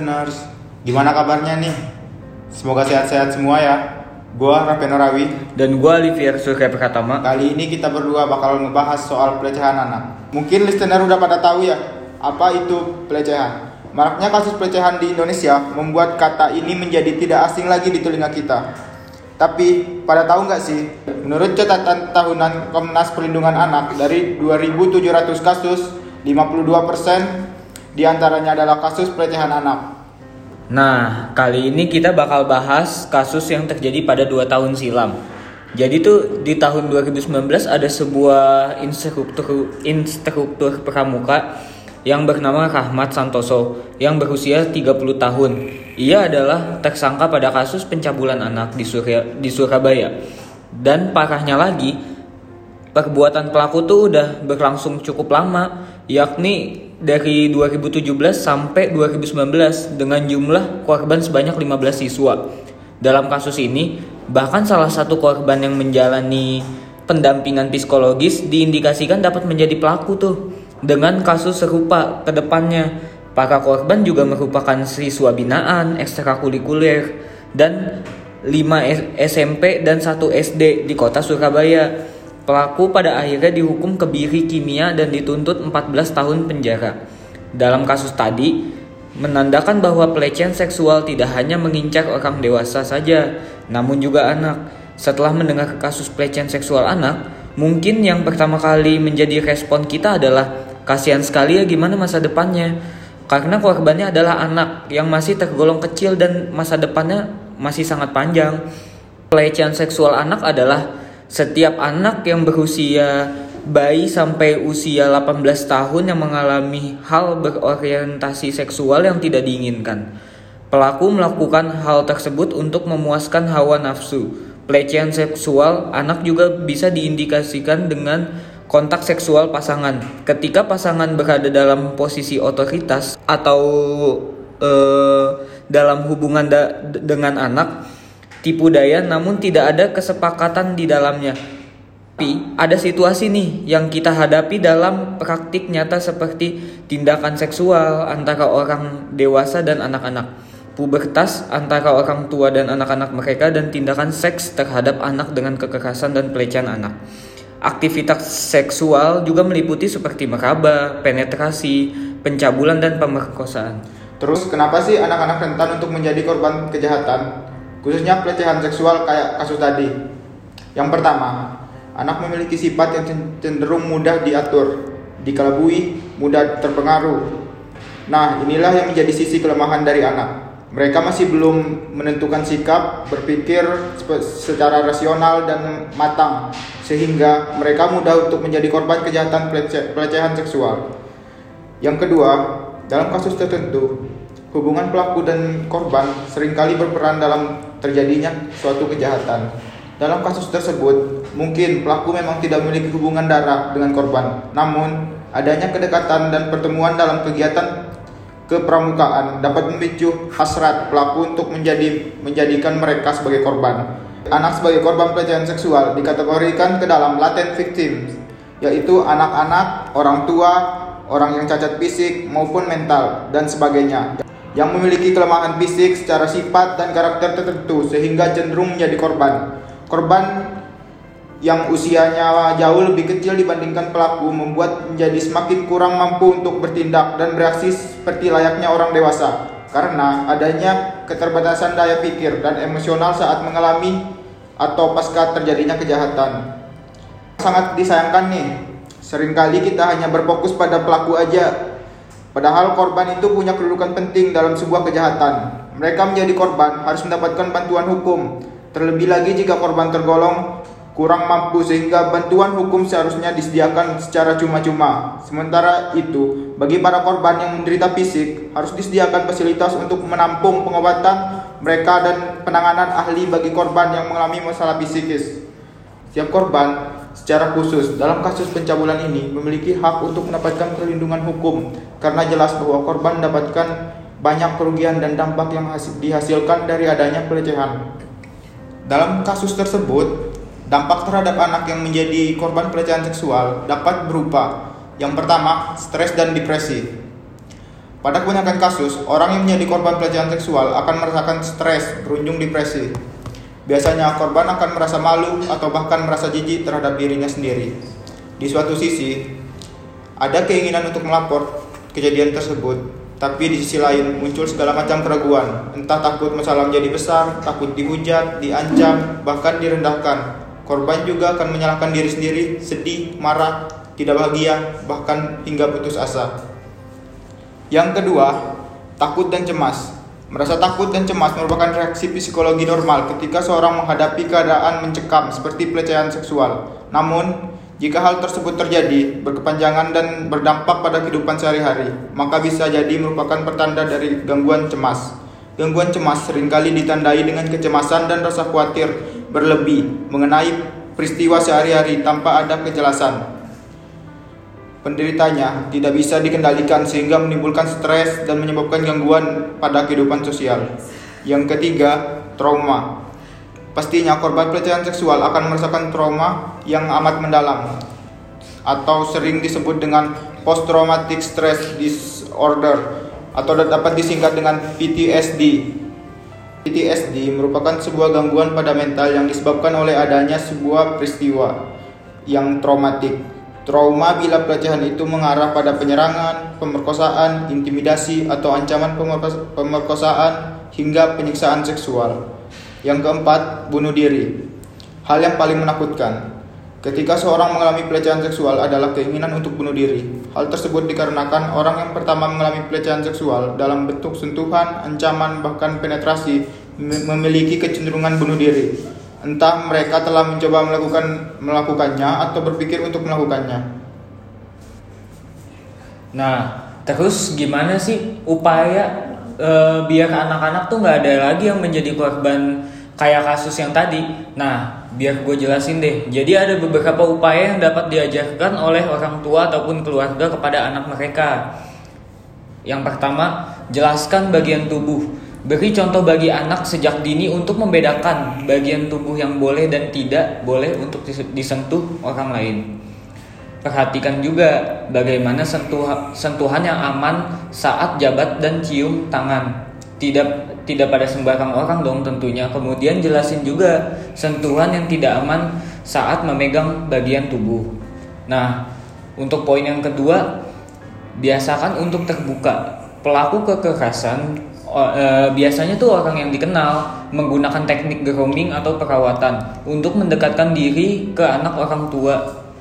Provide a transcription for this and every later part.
listeners, gimana kabarnya nih? Semoga sehat-sehat semua ya. Gua Raffi Norawi dan gua Olivier Surya Pratama. Kali ini kita berdua bakal ngebahas soal pelecehan anak. Mungkin listener udah pada tahu ya, apa itu pelecehan. Maraknya kasus pelecehan di Indonesia membuat kata ini menjadi tidak asing lagi di telinga kita. Tapi pada tahu nggak sih, menurut catatan tahunan Komnas Perlindungan Anak, dari 2.700 kasus, 52% diantaranya adalah kasus pelecehan anak. Nah, kali ini kita bakal bahas kasus yang terjadi pada 2 tahun silam. Jadi tuh di tahun 2019 ada sebuah instruktur pramuka yang bernama Rahmat Santoso yang berusia 30 tahun. Ia adalah tersangka pada kasus pencabulan anak di Surabaya. Dan parahnya lagi, perbuatan pelaku tuh udah berlangsung cukup lama, yakni dari 2017 sampai 2019 dengan jumlah korban sebanyak 15 siswa. Dalam kasus ini, bahkan salah satu korban yang menjalani pendampingan psikologis diindikasikan dapat menjadi pelaku tuh. Dengan kasus serupa ke depannya, para korban juga merupakan siswa binaan, ekstrakurikuler, dan 5 SMP dan 1 SD di kota Surabaya. Pelaku pada akhirnya dihukum kebiri kimia dan dituntut 14 tahun penjara. Dalam kasus tadi, menandakan bahwa pelecehan seksual tidak hanya mengincar orang dewasa saja, namun juga anak. Setelah mendengar kasus pelecehan seksual anak, mungkin yang pertama kali menjadi respon kita adalah kasihan sekali ya gimana masa depannya. Karena korbannya adalah anak yang masih tergolong kecil dan masa depannya masih sangat panjang. Pelecehan seksual anak adalah setiap anak yang berusia bayi sampai usia 18 tahun yang mengalami hal berorientasi seksual yang tidak diinginkan. Pelaku melakukan hal tersebut untuk memuaskan hawa nafsu. Pelecehan seksual anak juga bisa diindikasikan dengan kontak seksual pasangan. Ketika pasangan berada dalam posisi otoritas atau dalam hubungan dengan anak, tipu daya namun tidak ada kesepakatan di dalamnya. Tapi ada situasi nih yang kita hadapi dalam praktik nyata seperti tindakan seksual antara orang dewasa dan anak-anak, pubertas antara orang tua dan anak-anak mereka, dan tindakan seks terhadap anak dengan kekerasan dan pelecehan anak. Aktivitas seksual juga meliputi seperti meraba, penetrasi, pencabulan, dan pemerkosaan. Terus kenapa sih anak-anak rentan untuk menjadi korban kejahatan, khususnya pelecehan seksual kayak kasus tadi? Yang pertama, anak memiliki sifat yang cenderung mudah diatur, dikelabui, mudah terpengaruh. Nah, inilah yang menjadi sisi kelemahan dari anak. Mereka masih belum menentukan sikap, berpikir secara rasional dan matang, sehingga mereka mudah untuk menjadi korban kejahatan pelecehan seksual. Yang kedua, dalam kasus tertentu, hubungan pelaku dan korban seringkali berperan dalam terjadinya suatu kejahatan. Dalam kasus tersebut, mungkin pelaku memang tidak memiliki hubungan darah dengan korban, namun adanya kedekatan dan pertemuan dalam kegiatan kepramukaan dapat memicu hasrat pelaku untuk menjadikan mereka sebagai korban. Anak sebagai korban pelecehan seksual dikategorikan ke dalam latent victims, yaitu anak-anak, orang tua, orang yang cacat fisik maupun mental, dan sebagainya, yang memiliki kelemahan fisik secara sifat dan karakter tertentu sehingga cenderung menjadi korban. Korban yang usianya jauh lebih kecil dibandingkan pelaku membuat menjadi semakin kurang mampu untuk bertindak dan bereaksi seperti layaknya orang dewasa karena adanya keterbatasan daya pikir dan emosional saat mengalami atau pasca terjadinya kejahatan. Sangat disayangkan nih, seringkali kita hanya berfokus pada pelaku aja, padahal korban itu punya kedudukan penting dalam sebuah kejahatan. Mereka menjadi korban harus mendapatkan bantuan hukum, terlebih lagi jika korban tergolong kurang mampu sehingga bantuan hukum seharusnya disediakan secara cuma-cuma. Sementara itu, bagi para korban yang menderita fisik, harus disediakan fasilitas untuk menampung pengobatan mereka dan penanganan ahli bagi korban yang mengalami masalah psikis. Setiap korban secara khusus dalam kasus pencabulan ini memiliki hak untuk mendapatkan perlindungan hukum karena jelas bahwa korban mendapatkan banyak kerugian dan dampak yang dihasilkan dari adanya pelecehan. Dalam kasus tersebut, dampak terhadap anak yang menjadi korban pelecehan seksual dapat berupa yang pertama, stres dan depresi. Pada kebanyakan kasus, orang yang menjadi korban pelecehan seksual akan merasakan stres, berujung depresi. Biasanya korban akan merasa malu atau bahkan merasa jijik terhadap dirinya sendiri. Di suatu sisi, ada keinginan untuk melapor kejadian tersebut, tapi di sisi lain muncul segala macam keraguan, entah takut masalah menjadi besar, takut dihujat, diancam, bahkan direndahkan. Korban juga akan menyalahkan diri sendiri, sedih, marah, tidak bahagia, bahkan hingga putus asa. Yang kedua, takut dan cemas. Merasa takut dan cemas merupakan reaksi psikologi normal ketika seorang menghadapi keadaan mencekam seperti pelecehan seksual. Namun, jika hal tersebut terjadi, berkepanjangan dan berdampak pada kehidupan sehari-hari, maka bisa jadi merupakan pertanda dari gangguan cemas. Gangguan cemas seringkali ditandai dengan kecemasan dan rasa khawatir berlebih mengenai peristiwa sehari-hari tanpa ada kejelasan. Penderitanya tidak bisa dikendalikan sehingga menimbulkan stres dan menyebabkan gangguan pada kehidupan sosial. Yang ketiga, trauma. Pastinya korban pelecehan seksual akan merasakan trauma yang amat mendalam atau sering disebut dengan post traumatic stress disorder atau dapat disingkat dengan PTSD. PTSD merupakan sebuah gangguan pada mental yang disebabkan oleh adanya sebuah peristiwa yang traumatik. Trauma bila pelecehan itu mengarah pada penyerangan, pemerkosaan, intimidasi, atau ancaman pemerkosaan hingga penyiksaan seksual. Yang keempat, bunuh diri. Hal yang paling menakutkan ketika seorang mengalami pelecehan seksual adalah keinginan untuk bunuh diri. Hal tersebut dikarenakan orang yang pertama mengalami pelecehan seksual dalam bentuk sentuhan, ancaman, bahkan penetrasi memiliki kecenderungan bunuh diri. Entah mereka telah mencoba melakukannya atau berpikir untuk melakukannya. Nah, terus gimana sih upaya biar anak-anak tuh nggak ada lagi yang menjadi korban kayak kasus yang tadi? Nah, biar gue jelasin deh. Jadi ada beberapa upaya yang dapat diajarkan oleh orang tua ataupun keluarga kepada anak mereka. Yang pertama, jelaskan bagian tubuh. Beri contoh bagi anak sejak dini untuk membedakan bagian tubuh yang boleh dan tidak boleh untuk disentuh orang lain. Perhatikan juga bagaimana sentuhan yang aman saat jabat dan cium tangan. Tidak pada sembarang orang dong tentunya. Kemudian jelasin juga sentuhan yang tidak aman saat memegang bagian tubuh. Nah, untuk poin yang kedua, biasakan untuk terbuka. Pelaku kekerasan biasanya tuh orang yang dikenal menggunakan teknik grooming atau perawatan untuk mendekatkan diri ke anak orang tua.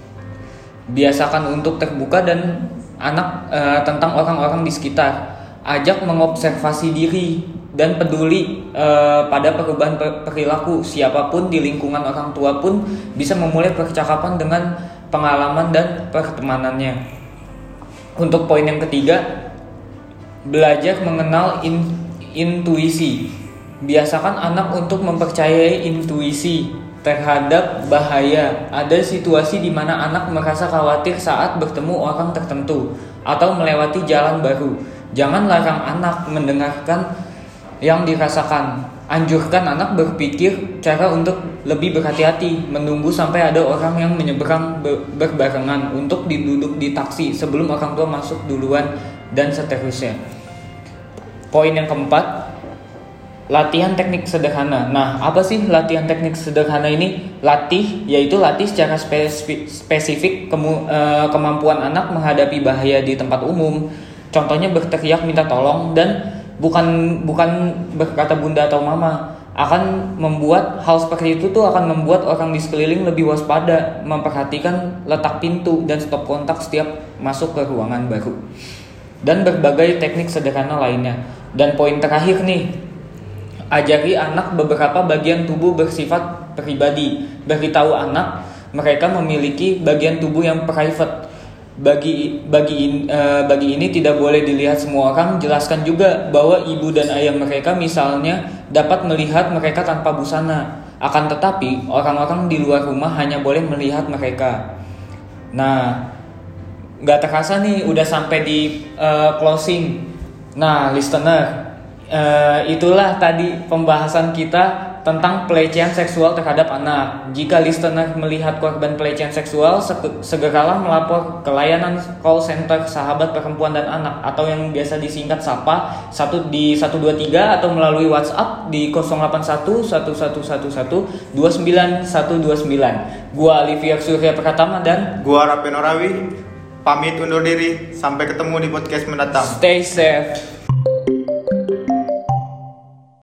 Biasakan untuk terbuka dan anak tentang orang-orang di sekitar. Ajak mengobservasi diri dan peduli pada perubahan perilaku. Siapapun di lingkungan orang tua pun bisa memulai percakapan dengan pengalaman dan pertemanannya. Untuk poin yang ketiga, belajar mengenal intuisi. Biasakan anak untuk mempercayai intuisi terhadap bahaya. Ada situasi di mana anak merasa khawatir saat bertemu orang tertentu atau melewati jalan baru. Jangan larang anak mendengarkan yang dirasakan. Anjurkan anak berpikir cara untuk lebih berhati-hati, menunggu sampai ada orang yang menyeberang berbarengan untuk duduk di taksi sebelum orang tua masuk duluan, dan seterusnya. Poin yang keempat, latihan teknik sederhana. Nah, apa sih latihan teknik sederhana ini? Yaitu latih secara spesifik kemampuan anak menghadapi bahaya di tempat umum. Contohnya berteriak minta tolong dan bukan berkata bunda atau mama. Hal seperti itu tuh akan membuat orang di sekeliling lebih waspada, memperhatikan letak pintu dan stop kontak setiap masuk ke ruangan baru, dan berbagai teknik sederhana lainnya. Dan poin terakhir nih, ajari anak beberapa bagian tubuh bersifat pribadi. Beritahu anak mereka memiliki bagian tubuh yang private. Bagi ini tidak boleh dilihat semua orang. Jelaskan juga bahwa ibu dan ayah mereka misalnya dapat melihat mereka tanpa busana. Akan tetapi orang-orang di luar rumah hanya boleh melihat mereka. Nah, gak terasa nih udah sampai di closing. Nah, listener, itulah tadi pembahasan kita tentang pelecehan seksual terhadap anak. Jika listener melihat korban pelecehan seksual, segeralah melapor ke layanan call center Sahabat Perempuan dan Anak atau yang biasa disingkat SAPA 123 atau melalui WhatsApp di 081 1111 29129. Gua Alivia Surya Pratama dan Gua Rapen Orawi pamit undur diri. Sampai ketemu di podcast mendatang. stay safe.